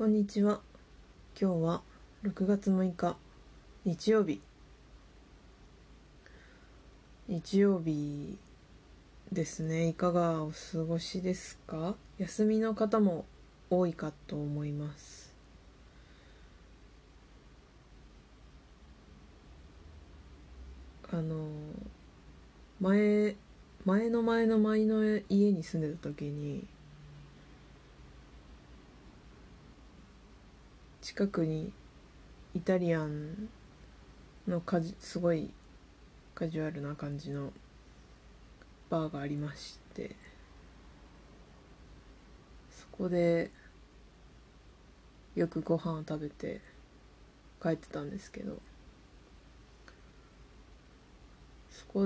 こんにちは。今日は6月6日日曜日ですね。いかがお過ごしですか？休みの方も多いかと思います。前の家に住んでた時に、近くにイタリアンのすごいカジュアルな感じのバーがありまして、そこでよくご飯を食べて帰ってたんですけど、そこ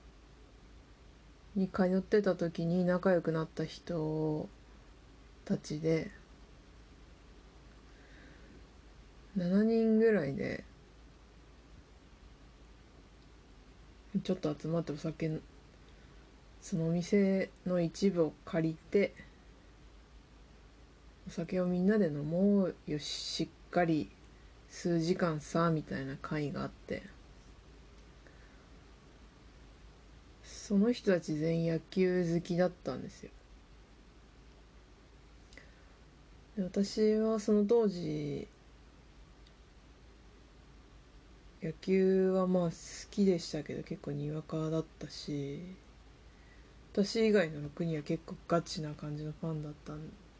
に通ってた時に仲良くなった人たちで7人ぐらいでちょっと集まってそのお店の一部を借りてお酒をみんなで飲もうよしっかり数時間さみたいな会があって、その人たち全員野球好きだったんですよ。で、私はその当時野球はまあ好きでしたけど結構にわかだったし、私以外の6人は結構ガチな感じのファンだったん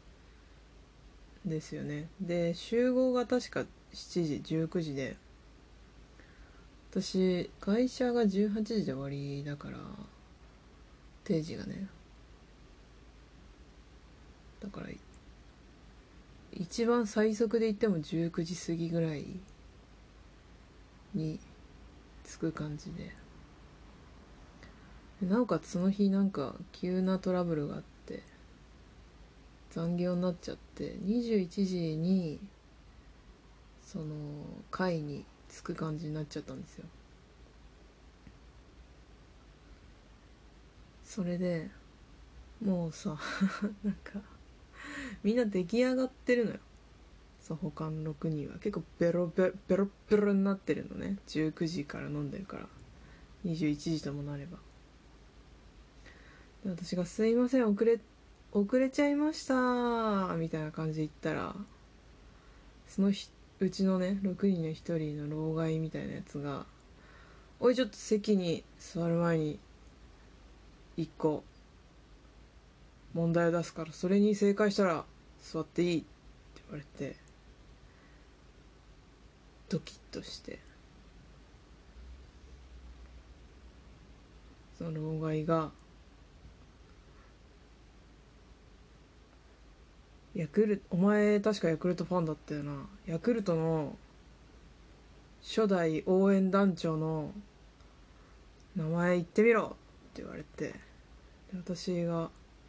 ですよね。で、集合が確か7時19時で、私会社が18時で終わりだから、定時がね、だから一番最速で行っても19時過ぎぐらいに着く感じで、なおかつその日なんか急なトラブルがあって残業になっちゃって、21時にその会に着く感じになっちゃったんですよ。それでもうさなんかみんな出来上がってるのよ。そう、他の6人は結構ベロになってるのね。19時から飲んでるから、21時ともなれば。で、私がすいません遅れちゃいましたみたいな感じで言ったら、うちのね6人の1人の老害みたいなやつが、おいちょっと席に座る前に1個問題を出すから、それに正解したら座っていいって言われて、ドキッとして、その老害がお前確かヤクルトファンだったよな、ヤクルトの初代応援団長の名前言ってみろって言われて、で、私が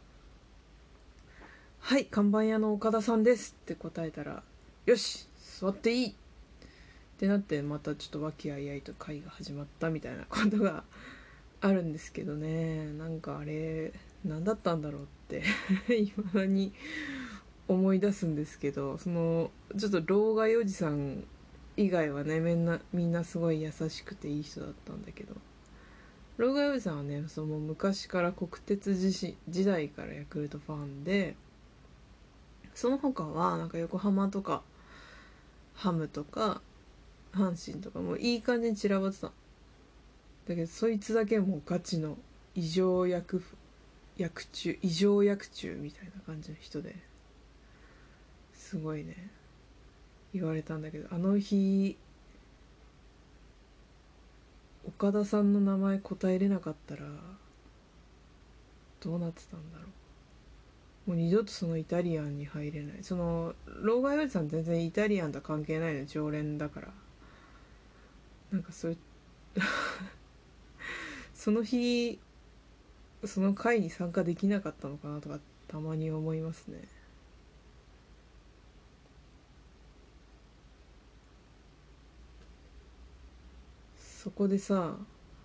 はい、看板屋の岡田さんですって答えたら、よし座っていいってなって、またちょっと和気あいあいと会が始まったみたいなことがあるんですけどね。なんかあれ何だったんだろうって未だに思い出すんですけど、そのちょっと老害おじさん以外はね、みんなすごい優しくていい人だったんだけど、老害おじさんはね、その昔から国鉄時代からヤクルトファンで、その他はなんか横浜とかハムとか阪神とかもいい感じに散らばってた。だけどそいつだけもうガチの異常薬中みたいな感じの人で、すごいね言われたんだけど、あの日岡田さんの名前答えれなかったらどうなってたんだろう。もう二度とそのイタリアンに入れない。その老害おじさん全然イタリアンとは関係ないの、常連だから。なんかその日その会に参加できなかったのかなとかたまに思いますね。そこでさ、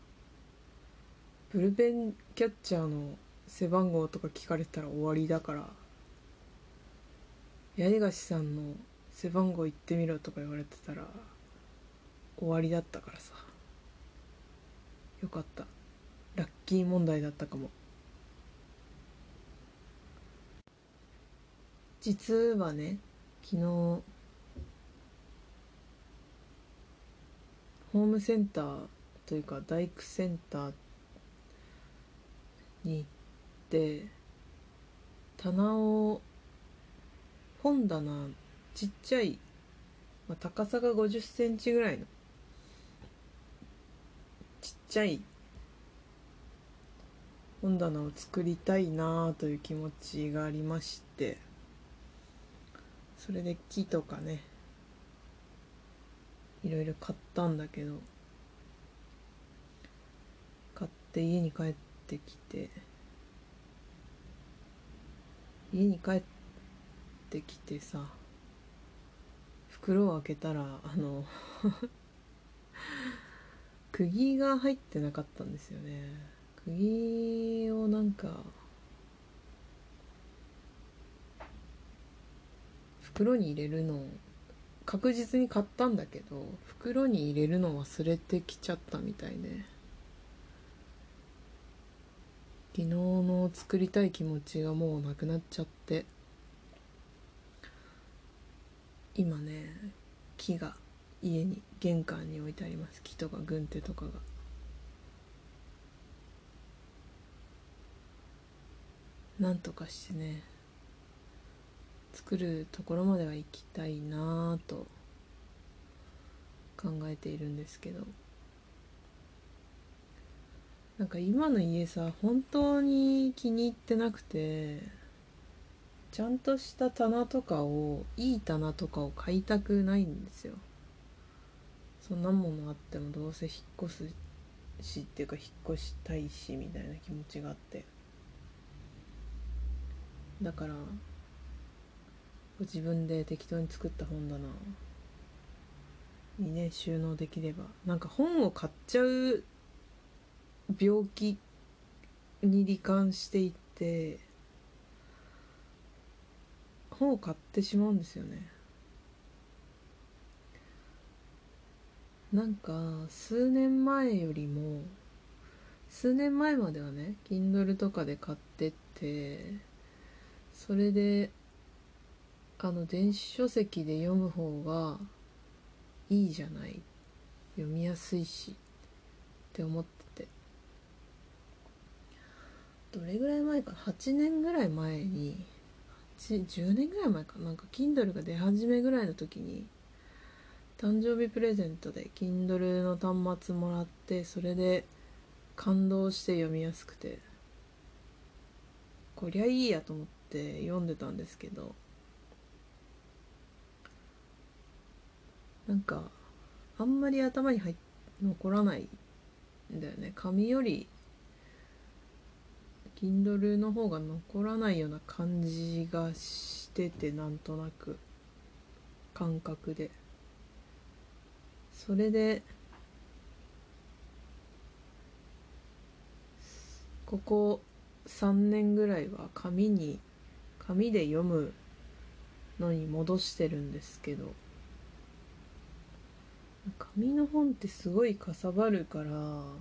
ブルペンキャッチャーの背番号とか聞かれたら終わりだから、八重樫さんの背番号言ってみろとか言われてたら終わりだったからさ、よかった、ラッキー問題だったかも。実はね、昨日ホームセンターというか大工センターに行って棚を、本棚、ちっちゃい、高さが50センチぐらいのちっちゃい本棚を作りたいなという気持ちがありまして、それで木とかねいろいろ買ったんだけど、買って家に帰ってきて、さ、袋を開けたら釘が入ってなかったんですよね。釘をなんか袋に入れるのを確実に買ったんだけど、袋に入れるの忘れてきちゃったみたいで、昨日の作りたい気持ちがもうなくなっちゃって、今ね木が家に玄関に置いてあります。木とか軍手とかが。なんとかしてね作るところまでは行きたいなぁと考えているんですけど、なんか今の家さ本当に気に入ってなくて、ちゃんとした棚とかを、いい棚とかを買いたくないんですよ。そんなものあってもどうせ引っ越すしっていうか引っ越したいしみたいな気持ちがあって、だから自分で適当に作った本棚にね収納できれば、なんか本を買っちゃう病気に罹患していて、本を買ってしまうんですよね。なんか数年前まではね Kindle とかで買ってって、それで電子書籍で読む方がいいじゃない、読みやすいしって思ってて、どれぐらい前かな、8年ぐらい前に、10年ぐらい前かな、なんか Kindle が出始めぐらいの時に誕生日プレゼントで Kindle の端末もらって、それで感動して読みやすくて、こりゃいいやと思って読んでたんですけど、なんかあんまり頭に残らないんだよね。紙より Kindle の方が残らないような感じがしてて、なんとなく感覚で、それでここ3年ぐらいは紙で読むのに戻してるんですけど、紙の本ってすごいかさばるから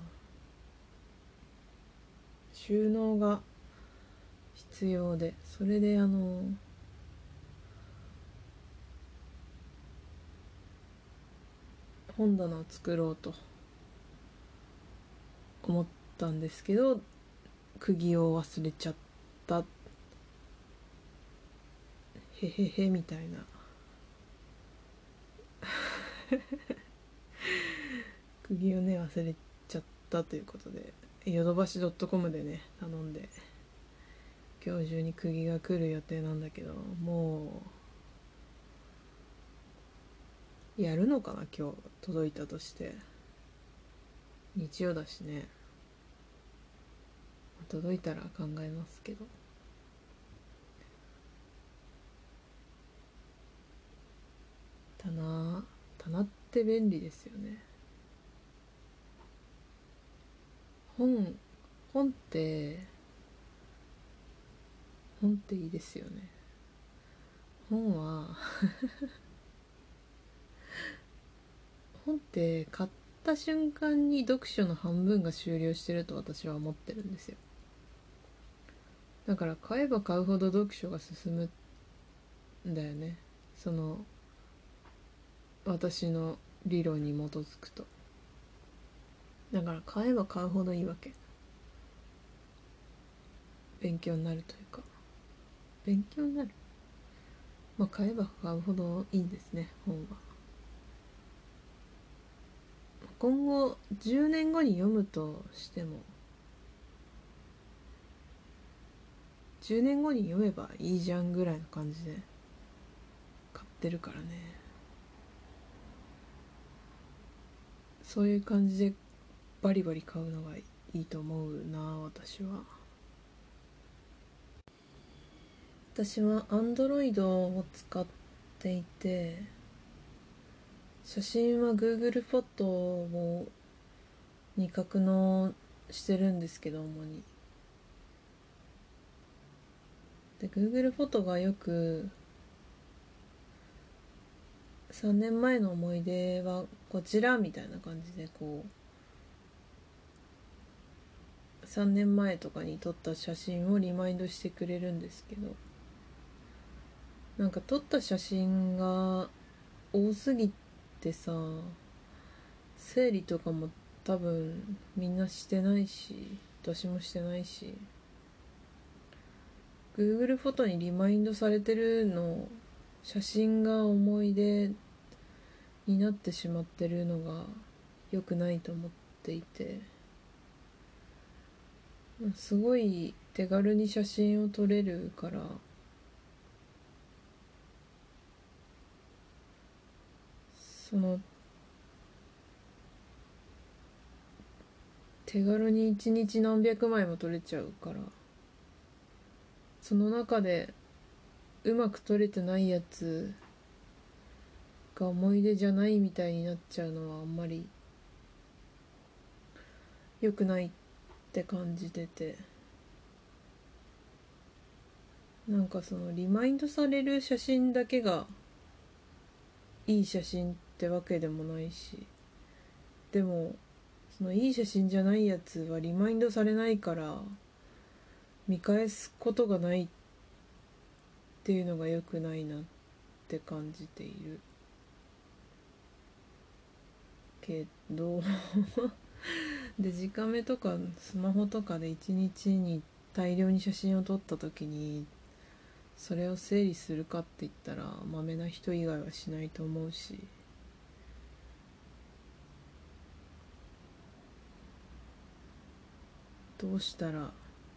収納が必要で、それで本棚を作ろうと思ったんですけど、釘を忘れちゃった、へへへみたいな釘をね忘れちゃったということで、ヨドバシ .com でね頼んで、今日中に釘が来る予定なんだけど、もうやるのかな。今日届いたとして日曜だしね、届いたら考えますけど、棚って便利ですよね。本本って本っていいですよね。本は本って買った瞬間に読書の半分が終了してると私は思ってるんですよ。だから買えば買うほど読書が進むんだよね、その私の理論に基づくと。だから買えば買うほどいいわけ。勉強になるというか、勉強になる、まあ買えば買うほどいいんですね、本は。今後10年後に読むとしても、10年後に読めばいいじゃんぐらいの感じで買ってるからね。そういう感じでバリバリ買うのがいいと思うな、私は。私は Android を使っていて、写真は Google フォトをに格納してるんですけど、主に。で Google フォトがよく3年前の思い出はこちらみたいな感じで、こう3年前とかに撮った写真をリマインドしてくれるんですけど、なんか撮った写真が多すぎてさ、整理とかも多分みんなしてないし、私もしてないし、 Google フォトにリマインドされてるの、写真が思い出になってしまってるのが良くないと思っていて、すごい手軽に写真を撮れるから、その手軽に1日何百枚も撮れちゃうから、その中でうまく撮れてないやつが思い出じゃないみたいになっちゃうのはあんまり良くないって感じてて、なんかそのリマインドされる写真だけがいい写真ってわけでもないし、でもそのいい写真じゃないやつはリマインドされないから見返すことがないっていうのが良くないなって感じているけどデジカメとかスマホとかで1日に大量に写真を撮った時にそれを整理するかって言ったらまめな人以外はしないと思うし、どうしたら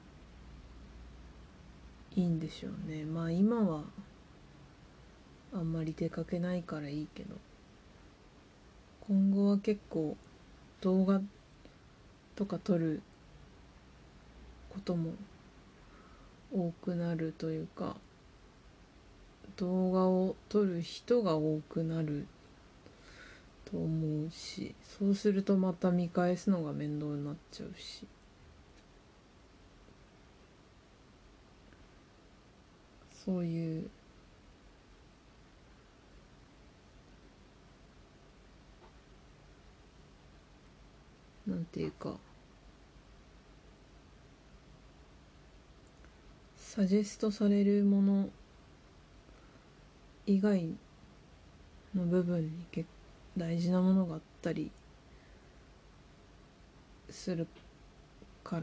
いいんでしょうね。まあ今はあんまり出かけないからいいけど、今後は結構動画とか撮ることも多くなるというか、動画を撮る人が多くなると思うし、そうするとまた見返すのが面倒になっちゃうし、そういうなんていうかサジェストされるもの以外の部分に大事なものがあったりするから、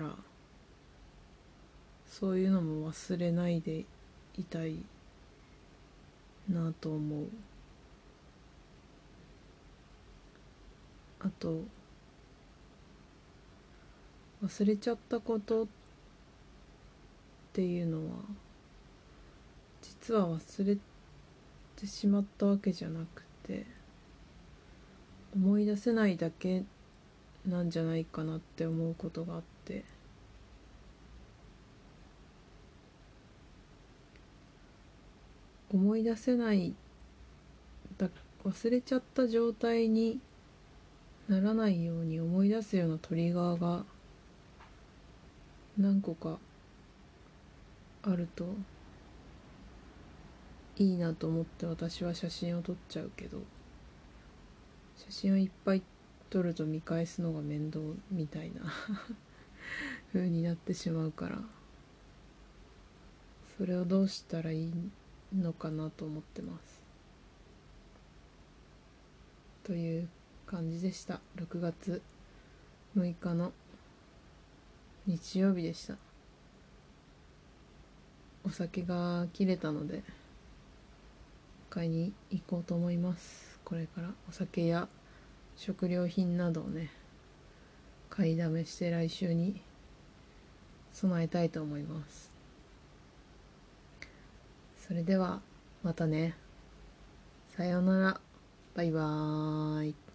そういうのも忘れないでいたいなと思う。あと忘れちゃったことっていうのは実は忘れてしまったわけじゃなくて、思い出せないだけなんじゃないかなって思うことがあって、思い出せないだ忘れちゃった状態にならないように思い出すようなトリガーが何個かあるといいなと思って私は写真を撮っちゃうけど、 写真をいっぱい撮ると見返すのが面倒みたいな風になってしまうから、それをどうしたらいいのかなと思ってます。という感じでした。6月6日の日曜日でした。お酒が切れたので買いに行こうと思います。これからお酒や食料品などをね、買いだめして来週に備えたいと思います。それではまたね。さようなら。バイバーイ。